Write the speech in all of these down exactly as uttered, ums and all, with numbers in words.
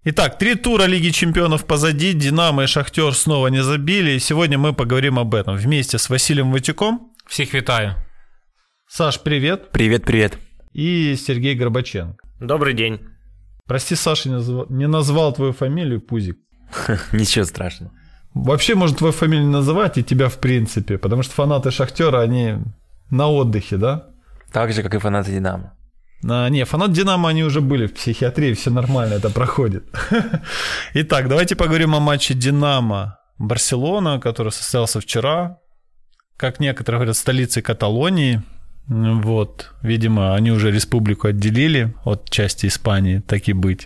Итак, три тура Лиги Чемпионов позади, Динамо и Шахтер снова не забили, и сегодня мы поговорим об этом вместе с Василием Ватюком. Всех витаю. Саш, привет. Привет-привет. И Сергей Горбаченко. Добрый день. Прости, Саша, не назвал, не назвал твою фамилию, Пузик. Ничего страшного. Вообще, можно твою фамилию называть и тебя в принципе, потому что фанаты Шахтера, они на отдыхе, да? Так же, как и фанаты Динамо. А, не, фанаты Динамо, они уже были в психиатрии, все нормально, это проходит. Итак, давайте поговорим о матче Динамо-Барселона, который состоялся вчера. Как некоторые говорят, столицей Каталонии. Вот, видимо, они уже республику отделили от части Испании, так и быть.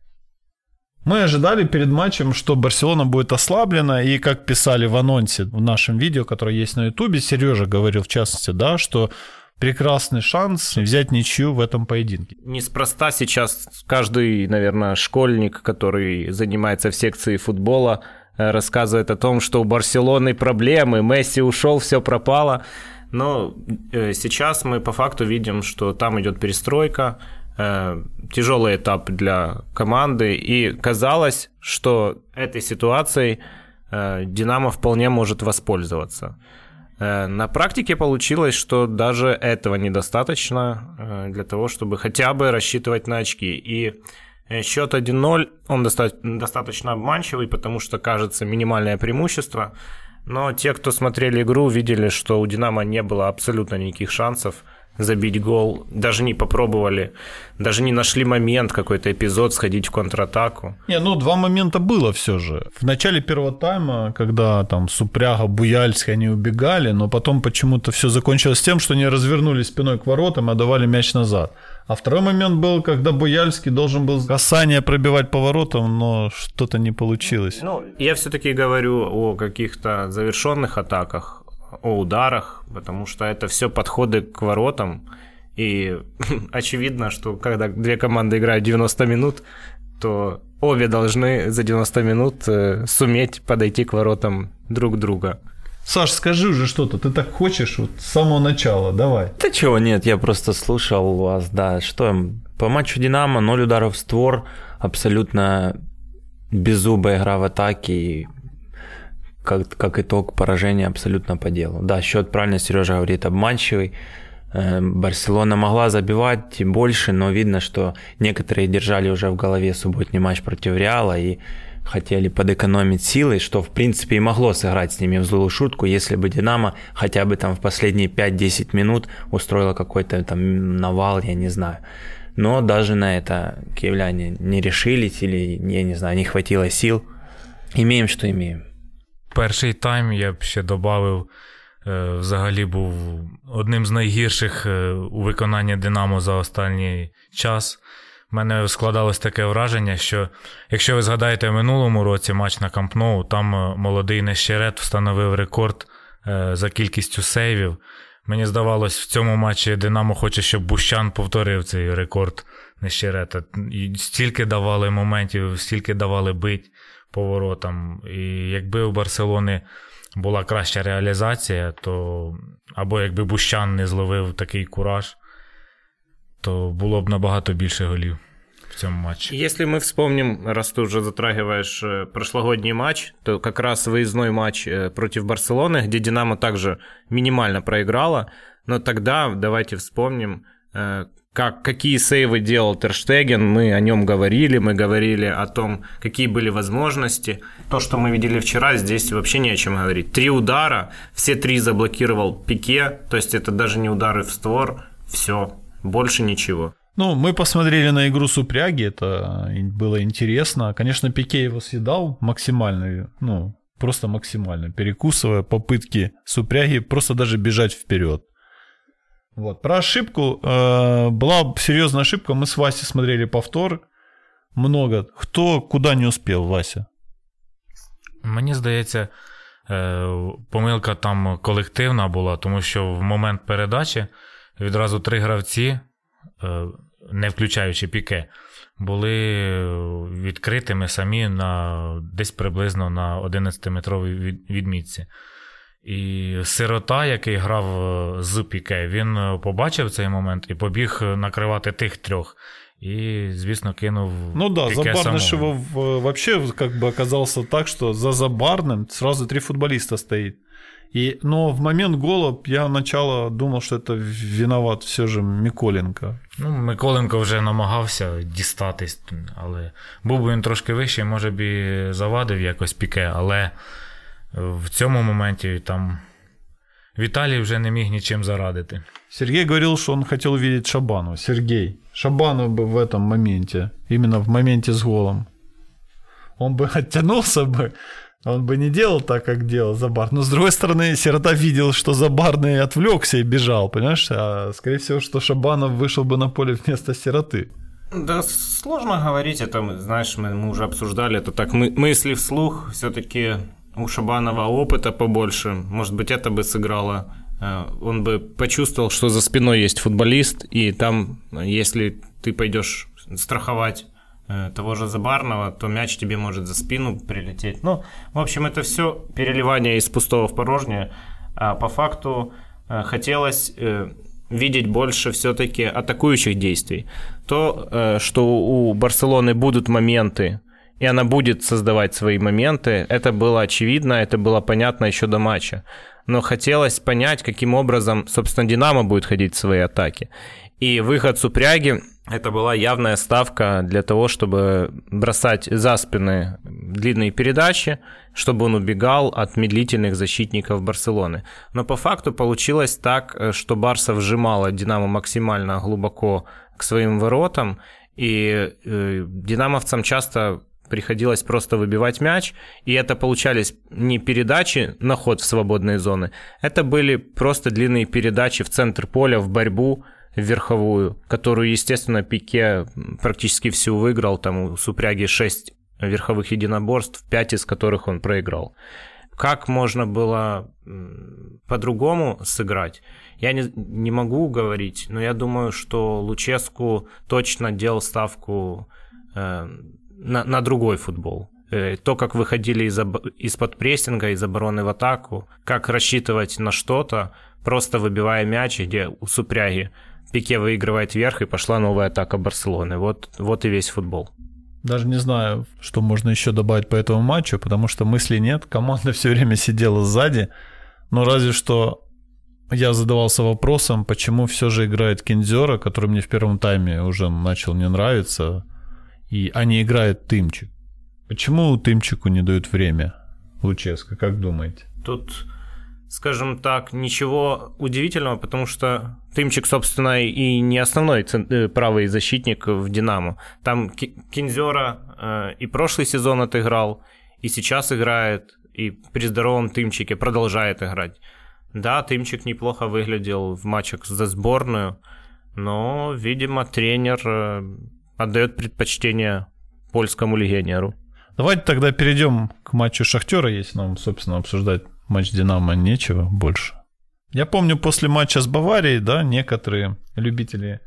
Мы ожидали перед матчем, что Барселона будет ослаблена, и как писали в анонсе в нашем видео, которое есть на Ютубе, Сережа говорил в частности, да, что прекрасный шанс взять ничью в этом поединке. Неспроста сейчас каждый, наверное, школьник, который занимается в секции футбола, рассказывает о том, что у Барселоны проблемы, Месси ушел, все пропало. Но сейчас мы по факту видим, что там идет перестройка, тяжелый этап для команды, и казалось, что этой ситуацией Динамо вполне может воспользоваться. На практике получилось, что даже этого недостаточно для того, чтобы хотя бы рассчитывать на очки. И счет один ноль, он достаточно обманчивый, потому что кажется минимальное преимущество. Но те, кто смотрели игру, видели, что у «Динамо» не было абсолютно никаких шансов забить гол. Даже не попробовали, даже не нашли момент, какой-то эпизод, сходить в контратаку. Не, ну два момента было все же. В начале первого тайма, когда там Супряга, Буяльский, они убегали, но потом почему-то все закончилось тем, что они развернулись спиной к воротам и отдавали мяч назад. А второй момент был, когда Буяльский должен был касание пробивать по воротам, но что-то не получилось. Ну, я все-таки говорю о каких-то завершенных атаках, о ударах, потому что это все подходы к воротам. И очевидно, что когда две команды играют девяносто минут, то обе должны за девяносто минут суметь подойти к воротам друг друга. Саш, скажи уже что-то, ты так хочешь вот с самого начала, давай. Да чего, нет, я просто слушал вас, да, что по матчу Динамо ноль ударов в створ, абсолютно беззубая игра в атаке и как, как итог поражения абсолютно по делу. Да, счет, правильно Сережа говорит, обманчивый. Барселона могла забивать больше, но видно, что некоторые держали уже в голове субботний матч против Реала и хотели подэкономить силы, что в принципе и могло сыграть с ними в злую шутку, если бы Динамо хотя бы там в последние пять-десять минут устроило какой-то там навал, я не знаю. Но даже на это киевляне не решились или, я не знаю, не хватило сил. Имеем, що имеем. Перший тайм, я б ще додав, взагалі був одним з найгірших у виконанні Динамо за останній час. У мене складалось таке враження, що якщо ви згадаєте в минулому році матч на Камп Ноу, там молодий Нещерет встановив рекорд за кількістю сейвів. Мені здавалось, в цьому матчі Динамо хоче, щоб Бущан повторив цей рекорд Нещерета. І стільки давали моментів, стільки давали бить по воротам. І якби у Барселони була краща реалізація, то або якби Бущан не зловив такий кураж, то было бы набагато больше голів в цьому матче. Если мы вспомним, раз ты уже затрагиваешь прошлогодний матч, то как раз выездной матч против Барселоны, где Динамо также минимально проиграла, но тогда давайте вспомним, как, какие сейвы делал Тер Штеген, мы о нем говорили, мы говорили о том, какие были возможности. То, что мы видели вчера, здесь вообще не о чем говорить. Три удара, все три заблокировал Пике, то есть это даже не удары в створ, все. Больше ничего. Ну, мы посмотрели на игру Супряги, это было интересно. Конечно, Пике его съедал максимально, ну, просто максимально, перекусывая попытки Супряги просто даже бежать вперед. Вот. Про ошибку. Э, была серьезная ошибка. Мы с Васей смотрели повтор. Много. Кто куда не успел, Вася? Мені здається, помилка там колективна була, тому що в момент передачі відразу три гравці, не включаючи Піке, були відкритими самі на десь приблизно на одинадцятиметровій відмітці. І Сирота, який грав з Піке, він побачив цей момент і побіг накривати тих трьох. І, звісно, кинув Ну да, Піке Забарныш самого. его в- вообще как бы оказался так, что за Забарным сразу три футболиста стоит. И, но в момент гола я начало думал, что это виноват все же Миколенко. Ну, Миколенко вже намагався дістатись, але був би він трошки вищий, може б і завадив якось Піке, але в цьому моменті там Віталій вже не міг нічим зарадити. Сергей говорил, что он хотел увидеть Шабанова. Сергей. Шабанов бы в этом моменте, именно в моменте с голом, он бы оттянулся бы, он бы не делал так, как делал Забар. Но, с другой стороны, Сирота видел, что Забарный отвлекся и бежал, понимаешь? А, скорее всего, что Шабанов вышел бы на поле вместо Сироты. Да, сложно говорить, это, знаешь, мы, мы уже обсуждали, это так, мы, мысли вслух, все-таки у Шабанова опыта побольше, может быть, это бы сыграло, он бы почувствовал, что за спиной есть футболист, и там, если ты пойдешь страховать того же Забарного, то мяч тебе может за спину прилететь. Ну, в общем, это все переливание из пустого в порожнее, а по факту хотелось видеть больше все-таки атакующих действий. То, что у Барселоны будут моменты, и она будет создавать свои моменты, это было очевидно, это было понятно еще до матча. Но хотелось понять, каким образом, собственно, Динамо будет ходить в свои атаки. И выход Супряги – это была явная ставка для того, чтобы бросать за спины длинные передачи, чтобы он убегал от медлительных защитников Барселоны. Но по факту получилось так, что Барса вжимала Динамо максимально глубоко к своим воротам, и э, динамовцам часто приходилось просто выбивать мяч, и это получались не передачи на ход в свободные зоны, это были просто длинные передачи в центр поля, в борьбу верховую, которую, естественно, Пике практически всю выиграл, там у Супряги шесть верховых единоборств, пять из которых он проиграл. Как можно было по-другому сыграть, я не, не могу говорить, но я думаю, что Луческу точно делал ставку э, на, на другой футбол. Э, то, как выходили из, из-под прессинга, из обороны в атаку, как рассчитывать на что-то, просто выбивая мяч, где у Супряги Пике выигрывает верх, и пошла новая атака Барселоны. Вот, вот и весь футбол. Даже не знаю, что можно еще добавить по этому матчу, потому что мыслей нет. Команда все время сидела сзади. Но разве что я задавался вопросом, почему все же играет Кинзера, который мне в первом тайме уже начал не нравиться, и, а не играет Тымчик. Почему Тымчику не дают время, Луческо, как думаете? Тут, скажем так, ничего удивительного, потому что Тымчик, собственно, и не основной правый защитник в «Динамо». Там Кинзера э, и прошлый сезон отыграл, и сейчас играет, и при здоровом Тымчике продолжает играть. Да, Тымчик неплохо выглядел в матчах за сборную, но, видимо, тренер э, отдает предпочтение польскому легионеру. Давайте тогда перейдем к матчу Шахтера, если нам, собственно, обсуждать матч Динамо нечего больше. Я помню, после матча с Баварией, да, некоторые любители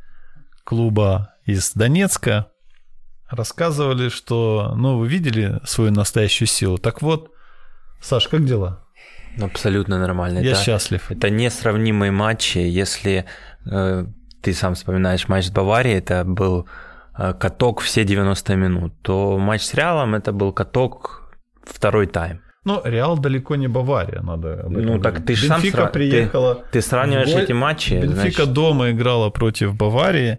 клуба из Донецка рассказывали, что, ну, вы видели свою настоящую силу. Так вот, Саш, как дела? Абсолютно нормально. Я это, счастлив. Это несравнимые матчи. Если э, ты сам вспоминаешь матч с Баварией, это был э, каток все девяносто минут, то матч с Реалом это был каток второй тайм. Ну, Реал далеко не Бавария, надо. Ну, так ты же сам Бенфика сра... приехала. Ты, ты сравниваешь Бой... эти матчи. Бенфика значит... дома играла против Баварии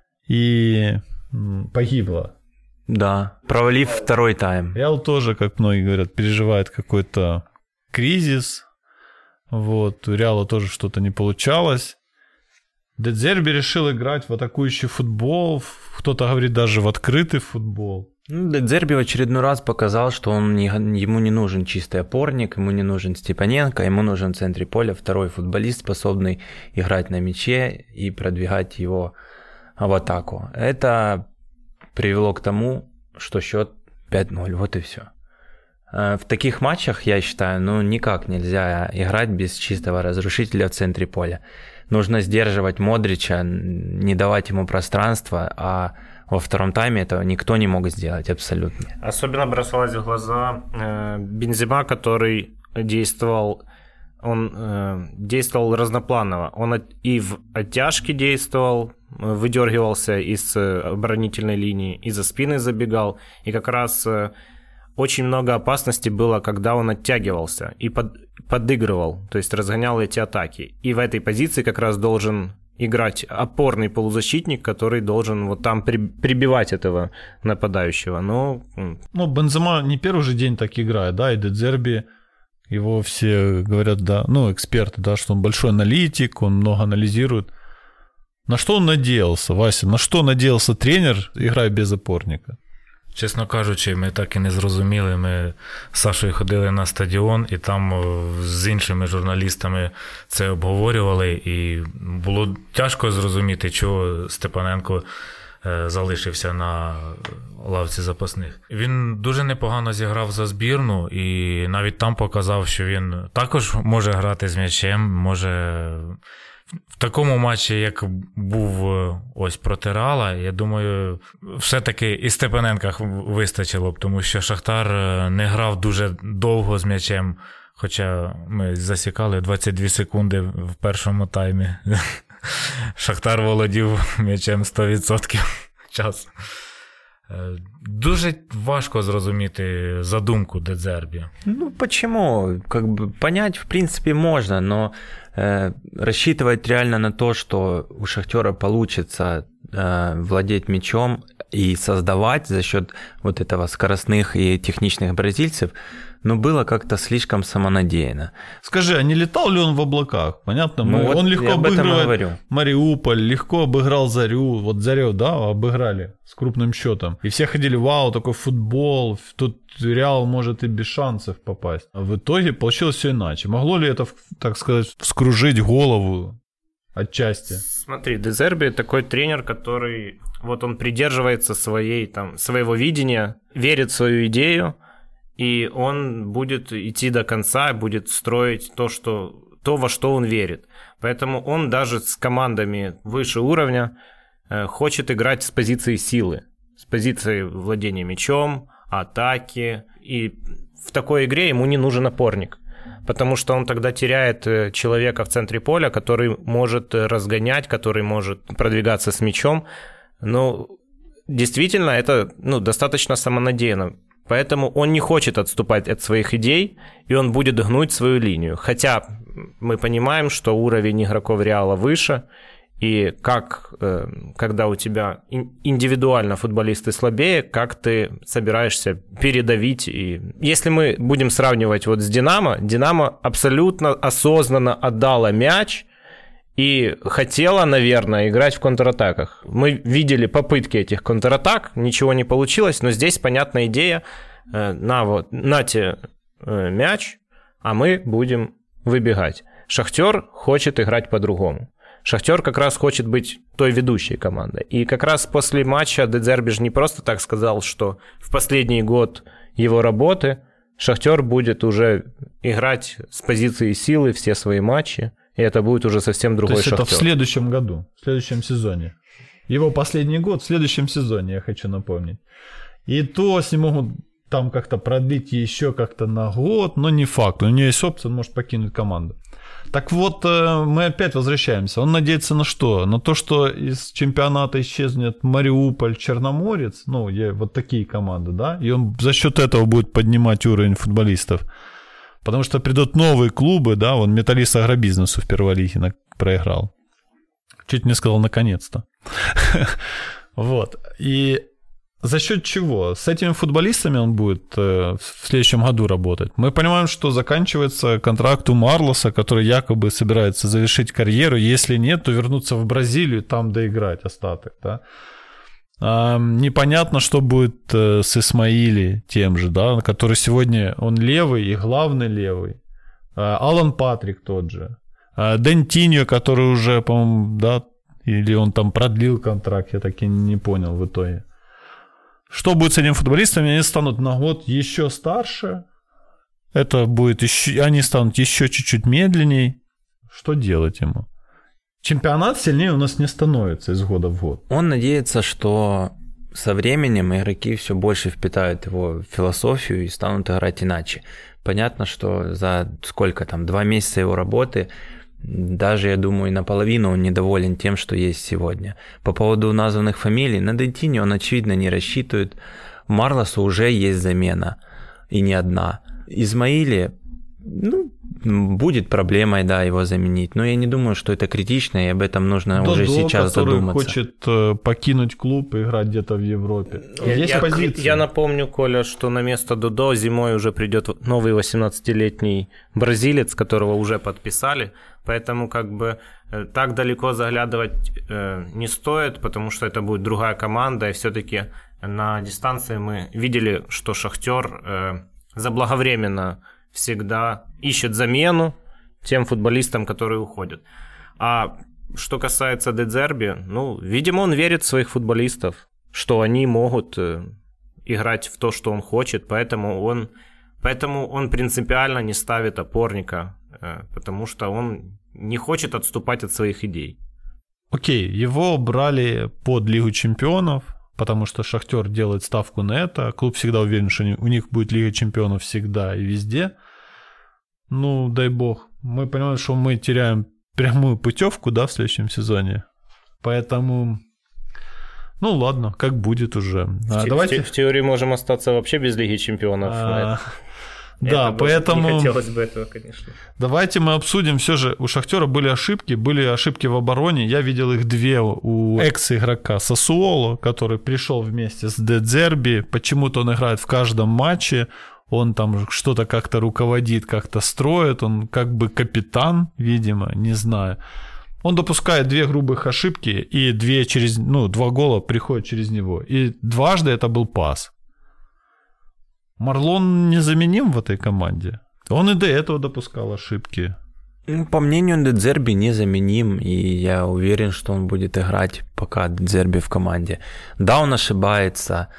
и погибла. Да, провалив второй тайм. Реал тоже, как многие говорят, переживает какой-то кризис. Вот, у Реала тоже что-то не получалось. Де Зерби решил играть в атакующий футбол, кто-то говорит даже в открытый футбол. Ну, Де Зерби в очередной раз показал, что он не, ему не нужен чистый опорник, ему не нужен Степаненко, ему нужен в центре поля второй футболист, способный играть на мяче и продвигать его в атаку. Это привело к тому, что счет пять ноль, вот и все. В таких матчах, я считаю, ну никак нельзя играть без чистого разрушителя в центре поля. Нужно сдерживать Модрича, не давать ему пространства, а во втором тайме этого никто не мог сделать абсолютно. Особенно бросалось в глаза э, Бензема, который действовал Он э, действовал разнопланово. Он от, и в оттяжке действовал, выдергивался из оборонительной линии, и за спины забегал. И как раз э, очень много опасности было, когда он оттягивался и под, подыгрывал, то есть разгонял эти атаки. И в этой позиции как раз должен играть опорный полузащитник, который должен вот там при, прибивать этого нападающего. Но... Ну, Бензема не первый же день так играет, да, и Де Зерби, его все говорят, да, ну, эксперты, да, что он большой аналитик, он много анализирует. На что он надеялся, Вася? На що надіявся тренер, грає без опорника? Чесно кажучи, ми так і не зрозуміли. Ми з Сашою ходили на стадіон, і там з іншими журналістами це обговорювали, і було тяжко зрозуміти, чого Степаненко залишився на лавці запасних. Він дуже непогано зіграв за збірну, і навіть там показав, що він також може грати з м'ячем, може... В такому матчі, як був ось проти Реала, я думаю, все-таки і Степаненка вистачило б, тому що Шахтар не грав дуже довго з м'ячем, хоча ми засікали двадцять дві секунди в першому таймі. Шахтар володів м'ячем сто відсотків часу. Дуже важко зрозуміти задумку Де Зербі. Ну, почему? Как бы понять, в принципе, можно, но э, рассчитывать реально на то, что у Шахтера получится э, владеть мячом и создавать за счет вот этого скоростных и техничных бразильцев, ну, было как-то слишком самонадеянно. Скажи, а не летал ли он в облаках? Понятно, мы, ну, вот он легко обыгрывает Мариуполь, легко обыграл Зарю. Вот Зарю, да, обыграли с крупным счетом. И все ходили, вау, такой футбол, тут Реал может и без шансов попасть. А в итоге получилось все иначе. Могло ли это, так сказать, вскружить голову отчасти? Смотри, Де Зерби такой тренер, который, вот он придерживается своей, там, своего видения, верит в свою идею, и он будет идти до конца, будет строить то, что, то, во что он верит. Поэтому он даже с командами выше уровня э, хочет играть с позиции силы, с позиции владения мячом, атаки. И в такой игре ему не нужен опорник, потому что он тогда теряет человека в центре поля, который может разгонять, который может продвигаться с мячом. Но действительно это, ну, достаточно самонадеянно. Поэтому он не хочет отступать от своих идей, и он будет гнуть свою линию. Хотя мы понимаем, что уровень игроков Реала выше, и как, когда у тебя индивидуально футболисты слабее, как ты собираешься передавить. И если мы будем сравнивать вот с Динамо, Динамо абсолютно осознанно отдала мяч и хотела, наверное, играть в контратаках. Мы видели попытки этих контратак, ничего не получилось, но здесь понятная идея, на вот, нате мяч, а мы будем выбегать. Шахтер хочет играть по-другому. Шахтер как раз хочет быть той ведущей командой. И как раз после матча Де Зерби же не просто так сказал, что в последний год его работы Шахтер будет уже играть с позиции силы все свои матчи, и это будет уже совсем другой Шахтер. То есть это в следующем году, в следующем сезоне. Его последний год в следующем сезоне, я хочу напомнить. И то, если могут там как-то продлить еще как-то на год, но не факт. У него есть опция, он может покинуть команду. Так вот, мы опять возвращаемся. Он надеется на что? На то, что из чемпионата исчезнет Мариуполь, Черноморец, ну, вот такие команды, да, и он за счет этого будет поднимать уровень футболистов. Потому что придут новые клубы, да, вон Металлист Агробизнесу в первой лиге проиграл. Чуть не сказал наконец-то. Вот. И за счет чего? С этими футболистами он будет в следующем году работать. Мы понимаем, что заканчивается контракт у Марлоса, который якобы собирается завершить карьеру. Если нет, то вернуться в Бразилию, там доиграть остаток, да. А, непонятно, что будет с Исмаили тем же, да, который сегодня, он левый и главный левый. А, Алан Патрик тот же. А, Дэн Тиньо, который уже, по-моему, да, или он там продлил контракт, я так и не понял в итоге. Что будет с этими футболистами? Они станут на год еще старше. Это будет еще, они станут еще чуть-чуть медленней. Что делать ему? Чемпионат сильнее у нас не становится из года в год. Он надеется, что со временем игроки все больше впитают его философию и станут играть иначе. Понятно, что за сколько там, два месяца его работы, даже, я думаю, наполовину он недоволен тем, что есть сегодня. По поводу названных фамилий, на Дентине он, очевидно, не рассчитывает. Марлосу уже есть замена, и не одна. Измаиле, ну, будет проблемой, да, его заменить, но я не думаю, что это критично, и об этом нужно Додо, уже сейчас который задуматься. хочет покинуть клуб и играть где-то в Европе. Есть я, позиция. Я напомню, Коля, что на место Додо зимой уже придет новый восемнадцатилетний бразилец, которого уже подписали, поэтому как бы так далеко заглядывать э, не стоит, потому что это будет другая команда, и все-таки на дистанции мы видели, что Шахтер э, заблаговременно всегда ищет замену тем футболистам, которые уходят. А что касается Де Зерби, ну, видимо, он верит в своих футболистов, что они могут э, играть в то, что он хочет, поэтому он, поэтому он принципиально не ставит опорника, э, потому что он не хочет отступать от своих идей. Окей, его брали под Лигу чемпионов, потому что Шахтер делает ставку на это. Клуб всегда уверен, что у них будет Лига чемпионов всегда и везде. Ну, дай бог. Мы понимаем, что мы теряем прямую путевку, да, в следующем сезоне. Поэтому, ну ладно, как будет уже. А, в, давайте... в, в теории можем остаться вообще без Лиги чемпионов. А... Да, это поэтому... Не хотелось бы этого, конечно. Давайте мы обсудим. Все же у Шахтера были ошибки, были ошибки в обороне. Я видел их две у экс-игрока Сассуоло, который пришел вместе с Де Зерби. Почему-то он играет в каждом матче. Он там что-то как-то руководит, как-то строит. Он как бы капитан, видимо, не знаю. Он допускает две грубых ошибки, и две через, ну, два гола приходят через него. И дважды это был пас. Марлон незаменим в этой команде. Он и до этого допускал ошибки. По мнению Де Зерби незаменим, и я уверен, что он будет играть, пока Де Зерби в команде. Да, он ошибается.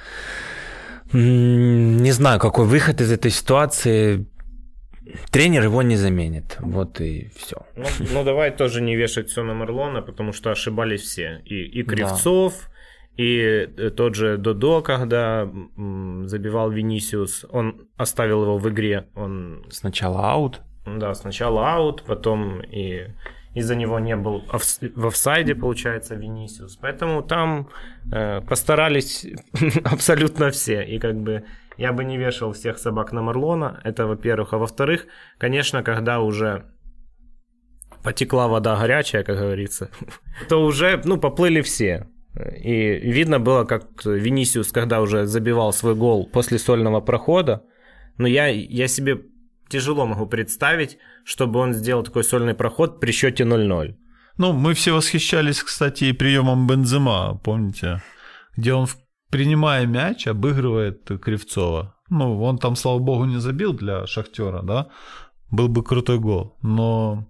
Не знаю, какой выход из этой ситуации. Тренер его не заменит. Вот и все. Ну, ну давай тоже не вешать все на Марлона, потому что ошибались все. И, и Кривцов... Да. И тот же Додо, когда забивал Винисиус, он оставил его в игре. Он... Сначала аут. Да, сначала аут, потом и из-за него не был в офсайде, получается, Винисиус. Поэтому там э, постарались абсолютно все. И как бы я бы не вешал всех собак на Марлона, это во-первых. А во-вторых, конечно, когда уже потекла вода горячая, как говорится, то уже, ну, поплыли все. И видно было, как Винисиус, когда уже забивал свой гол после сольного прохода, но я, я себе тяжело могу представить, чтобы он сделал такой сольный проход при счете ноль-ноль. Ну, мы все восхищались, кстати, и приемом Бензема, помните? Где он, принимая мяч, обыгрывает Кривцова. Ну, он там, слава богу, не забил для Шахтера, да? Был бы крутой гол, но...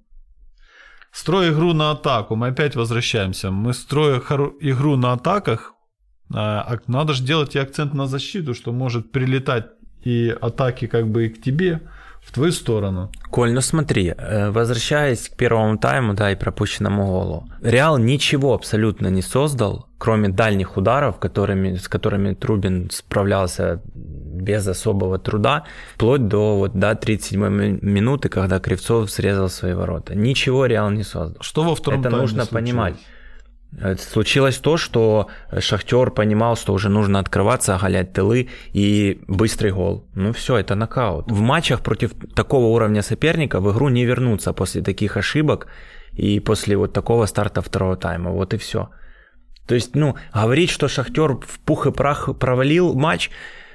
Строя игру на атаку, мы опять возвращаемся. Мы строим игру на атаках, а надо же делать и акцент на защиту, что может прилетать и атаки как бы и к тебе, в твою сторону. Коль, ну смотри, возвращаясь к первому тайму, да, и пропущенному голу. Реал ничего абсолютно не создал, кроме дальних ударов, которыми, с которыми Трубин справлялся без особого труда, вплоть до вот, до тридцать седьмой минуты, когда Кривцов срезал свои ворота. Ничего Реал не создал. Что во втором Это тайме нужно случилось? понимать. Случилось то, что Шахтер понимал, что уже нужно открываться, оголять тылы и быстрый гол. Ну все, это нокаут. В матчах против такого уровня соперника в игру не вернуться после таких ошибок и после вот такого старта второго тайма. Вот и все. То есть, ну, говорить, что Шахтер в пух и прах провалил матч,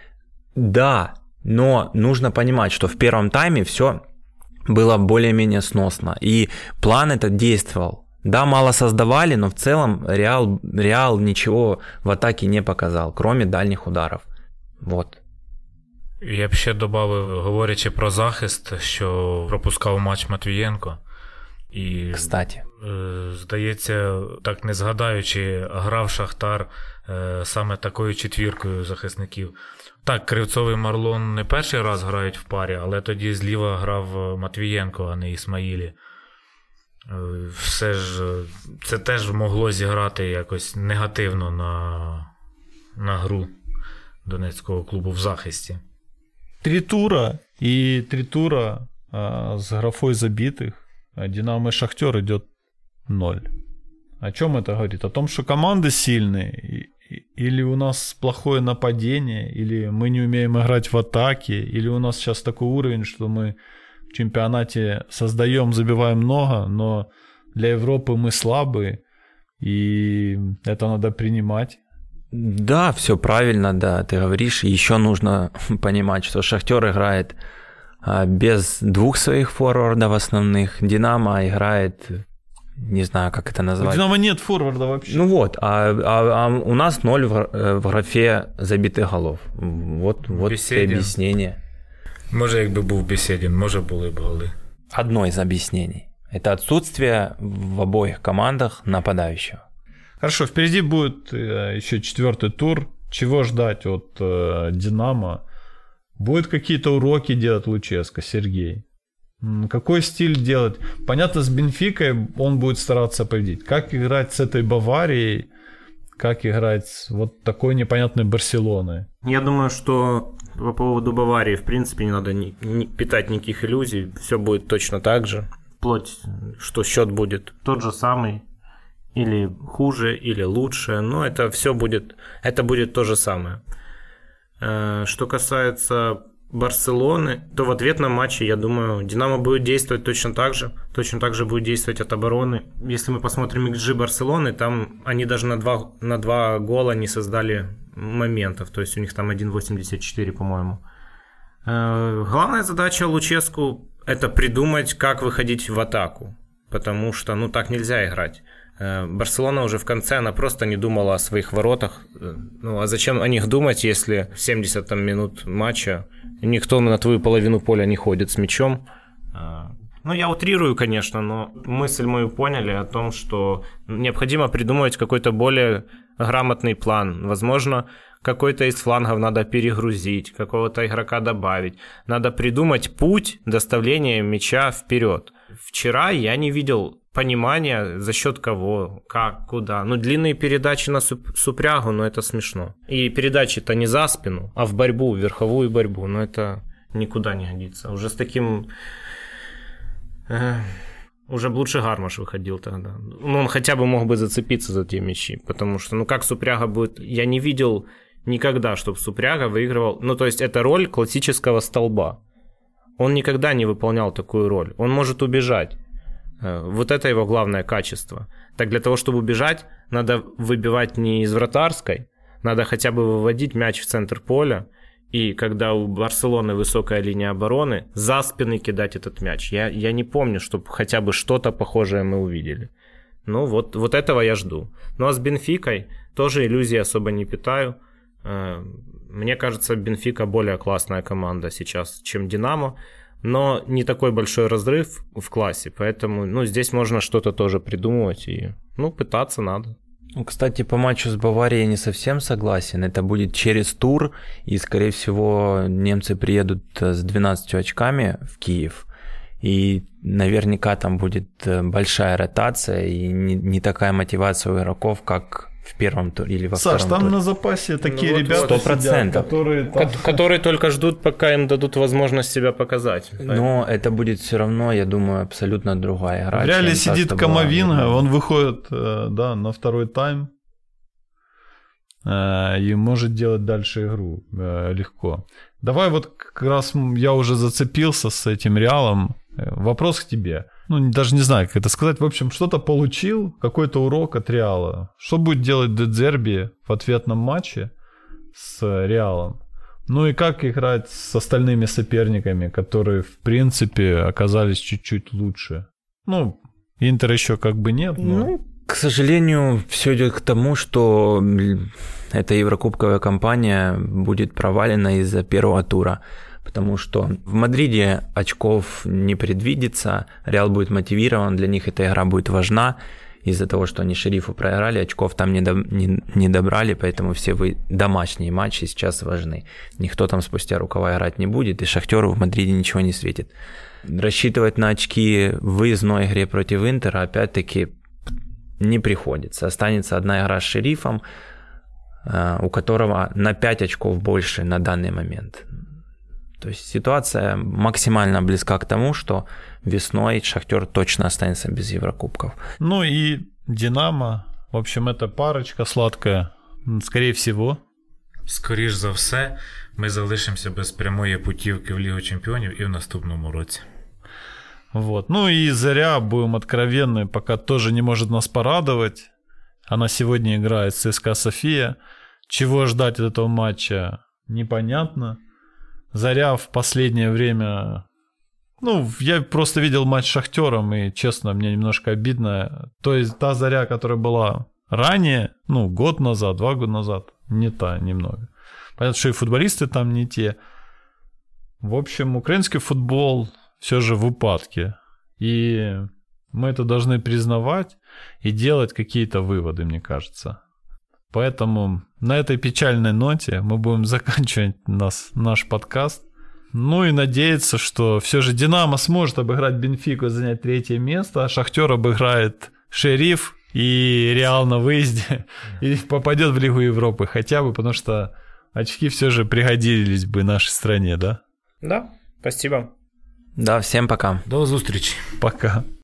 да, но нужно понимать, что в первом тайме все было более-менее сносно. И план этот действовал. Да, мало создавали, но в целом Реал, Реал ничего в атаке не показал, кроме дальних ударов. Вот. Я б ще додав, говорячи про захист, що пропускав матч Матвієнко. І, Кстати. Здається, так не згадаючи, грав Шахтар саме такою четвіркою захисників. Так, Кривцов і Марлон не перший раз грають в парі, але тоді зліва грав Матвієнко, а не Ісмаїлі. Все ж, це теж могло зіграти якось негативно на, на гру донецького клубу в захисті. Три тура, и три тура а, с графой забитых. А Динамо и Шахтер идет ноль. О чем это говорит? О том, что команды сильные, или у нас плохое нападение, или мы не умеем играть в атаке, или у нас сейчас такой уровень, что мы в чемпионате создаем, забиваем много, но для Европы мы слабые, и это надо принимать. Да, все правильно, да, ты говоришь. Еще нужно понимать, что Шахтер играет без двух своих форвардов основных. Динамо играет, не знаю, как это назвать. У Динамо нет форварда вообще. Ну вот, а, а, а у нас ноль в, в графе забитых голов. Вот, вот и объяснение. Може, якби був Беседин, може були б голи. Одно из объяснений. Это отсутствие в обоих командах нападающего. Хорошо, впереди будет еще четвертый тур. Чего ждать от э, Динамо? Будет какие-то уроки делать Луческо, Сергей? Какой стиль делать? Понятно, с Бенфикой он будет стараться победить. Как играть с этой Баварией? Как играть с вот такой непонятной Барселоной? Я думаю, что по поводу Баварии, в принципе, не надо ни, ни, питать никаких иллюзий. Все будет точно так же. Вплоть, что счет будет тот же самый. Или хуже, или лучше. Но это все будет, это будет то же самое. Что касается Барселоны, то в ответном матче, я думаю, Динамо будет действовать точно так же. Точно так же будет действовать от обороны. Если мы посмотрим икс джи Барселоны, там они даже на два, на два гола не создали моментов. То есть у них там один восемьдесят четыре, по-моему. Главная задача Луческу – это придумать, как выходить в атаку. Потому что, ну, так нельзя играть. Барселона уже в конце, она просто не думала о своих воротах. Ну, а зачем о них думать, если семьдесят там, минут матча никто на твою половину поля не ходит с мячом? Ну, я утрирую, конечно, но мысль мою поняли о том, что необходимо придумывать какой-то более грамотный план. Возможно, какой-то из флангов надо перегрузить, какого-то игрока добавить. Надо придумать путь доставления мяча вперед. Вчера я не видел понимания, за счет кого, как, куда. Ну, длинные передачи на супрягу, ну, это смешно. И передачи-то не за спину, а в борьбу, в верховую борьбу. Ну, это никуда не годится. Уже с таким... Э, уже бы лучше Гармаш выходил тогда. Ну, он хотя бы мог бы зацепиться за те мячи. Потому что, ну, как супряга будет... Я не видел никогда, чтобы супряга выигрывал... Ну, то есть, это роль классического столба. Он никогда не выполнял такую роль. Он может убежать. Вот это его главное качество. Так для того, чтобы убежать, надо выбивать не из вратарской, надо хотя бы выводить мяч в центр поля, и когда у Барселоны высокая линия обороны, за спины кидать этот мяч. Я, я не помню, чтобы хотя бы что-то похожее мы увидели. Ну вот, вот этого я жду. Ну а с Бенфикой тоже иллюзий особо не питаю. Мне кажется, Бенфика более классная команда сейчас, чем Динамо. Но не такой большой разрыв в классе, поэтому, ну, здесь можно что-то тоже придумывать и, ну, пытаться надо. Кстати, по матчу с Баварией я не совсем согласен. Это будет через тур, и, скорее всего, немцы приедут с двенадцатью очками в Киев, и наверняка там будет большая ротация и не, не такая мотивация у игроков, как в первом туре или во Саш, втором туре. Саш, там на запасе такие ну, ребята сто процентов. Сидят, которые, там... которые только ждут, пока им дадут возможность себя показать. Но это будет все равно, я думаю, абсолютно другая игра. В реале сидит Камовинга, он выходит да, на второй тайм и может делать дальше игру легко. Давай вот как раз я уже зацепился с этим Реалом. Вопрос к тебе. Ну, даже не знаю, как это сказать. В общем, что-то получил, какой-то урок от Реала. Что будет делать Де Зерби в ответном матче с Реалом? Ну и как играть с остальными соперниками, которые, в принципе, оказались чуть-чуть лучше? Ну, Интер еще как бы нет, но... Ну, к сожалению, все идет к тому, что эта еврокубковая кампания будет провалена из-за первого тура. Потому что в Мадриде очков не предвидится, Реал будет мотивирован, для них эта игра будет важна. Из-за того, что они Шерифу проиграли, очков там не, до, не, не добрали, поэтому все вы, домашние матчи сейчас важны. Никто там спустя рукава играть не будет, и Шахтеру в Мадриде ничего не светит. Рассчитывать на очки в выездной игре против Интера опять-таки не приходится. Останется одна игра с Шерифом, у которого на пять очков больше на данный момент. То есть ситуация максимально близка к тому, что весной Шахтер точно останется без Еврокубков. Ну и Динамо, в общем, это парочка сладкая, скорее всего. Скоріш за все, ми залишимося без прямої путівки в Лігу Чемпіонів і в наступному році. Вот. Ну и Заря, будем откровенны, пока тоже не может нас порадовать. Она сегодня играет с ЦСКА София. Чего ждать от этого матча, непонятно. Заря в последнее время... Ну, я просто видел матч с Шахтером, и, честно, мне немножко обидно. То есть та Заря, которая была ранее, ну, год назад, два года назад, не та немного. Понятно, что и футболисты там не те. В общем, украинский футбол все же в упадке. И мы это должны признавать и делать какие-то выводы, мне кажется. Поэтому на этой печальной ноте мы будем заканчивать нас, наш подкаст. Ну и надеяться, что все же Динамо сможет обыграть Бенфику и занять третье место, а Шахтер обыграет Шериф и Реал на выезде и попадет в Лигу Европы хотя бы, потому что очки все же пригодились бы нашей стране, да? Да, спасибо. Да, всем пока. До зустрічі. Пока.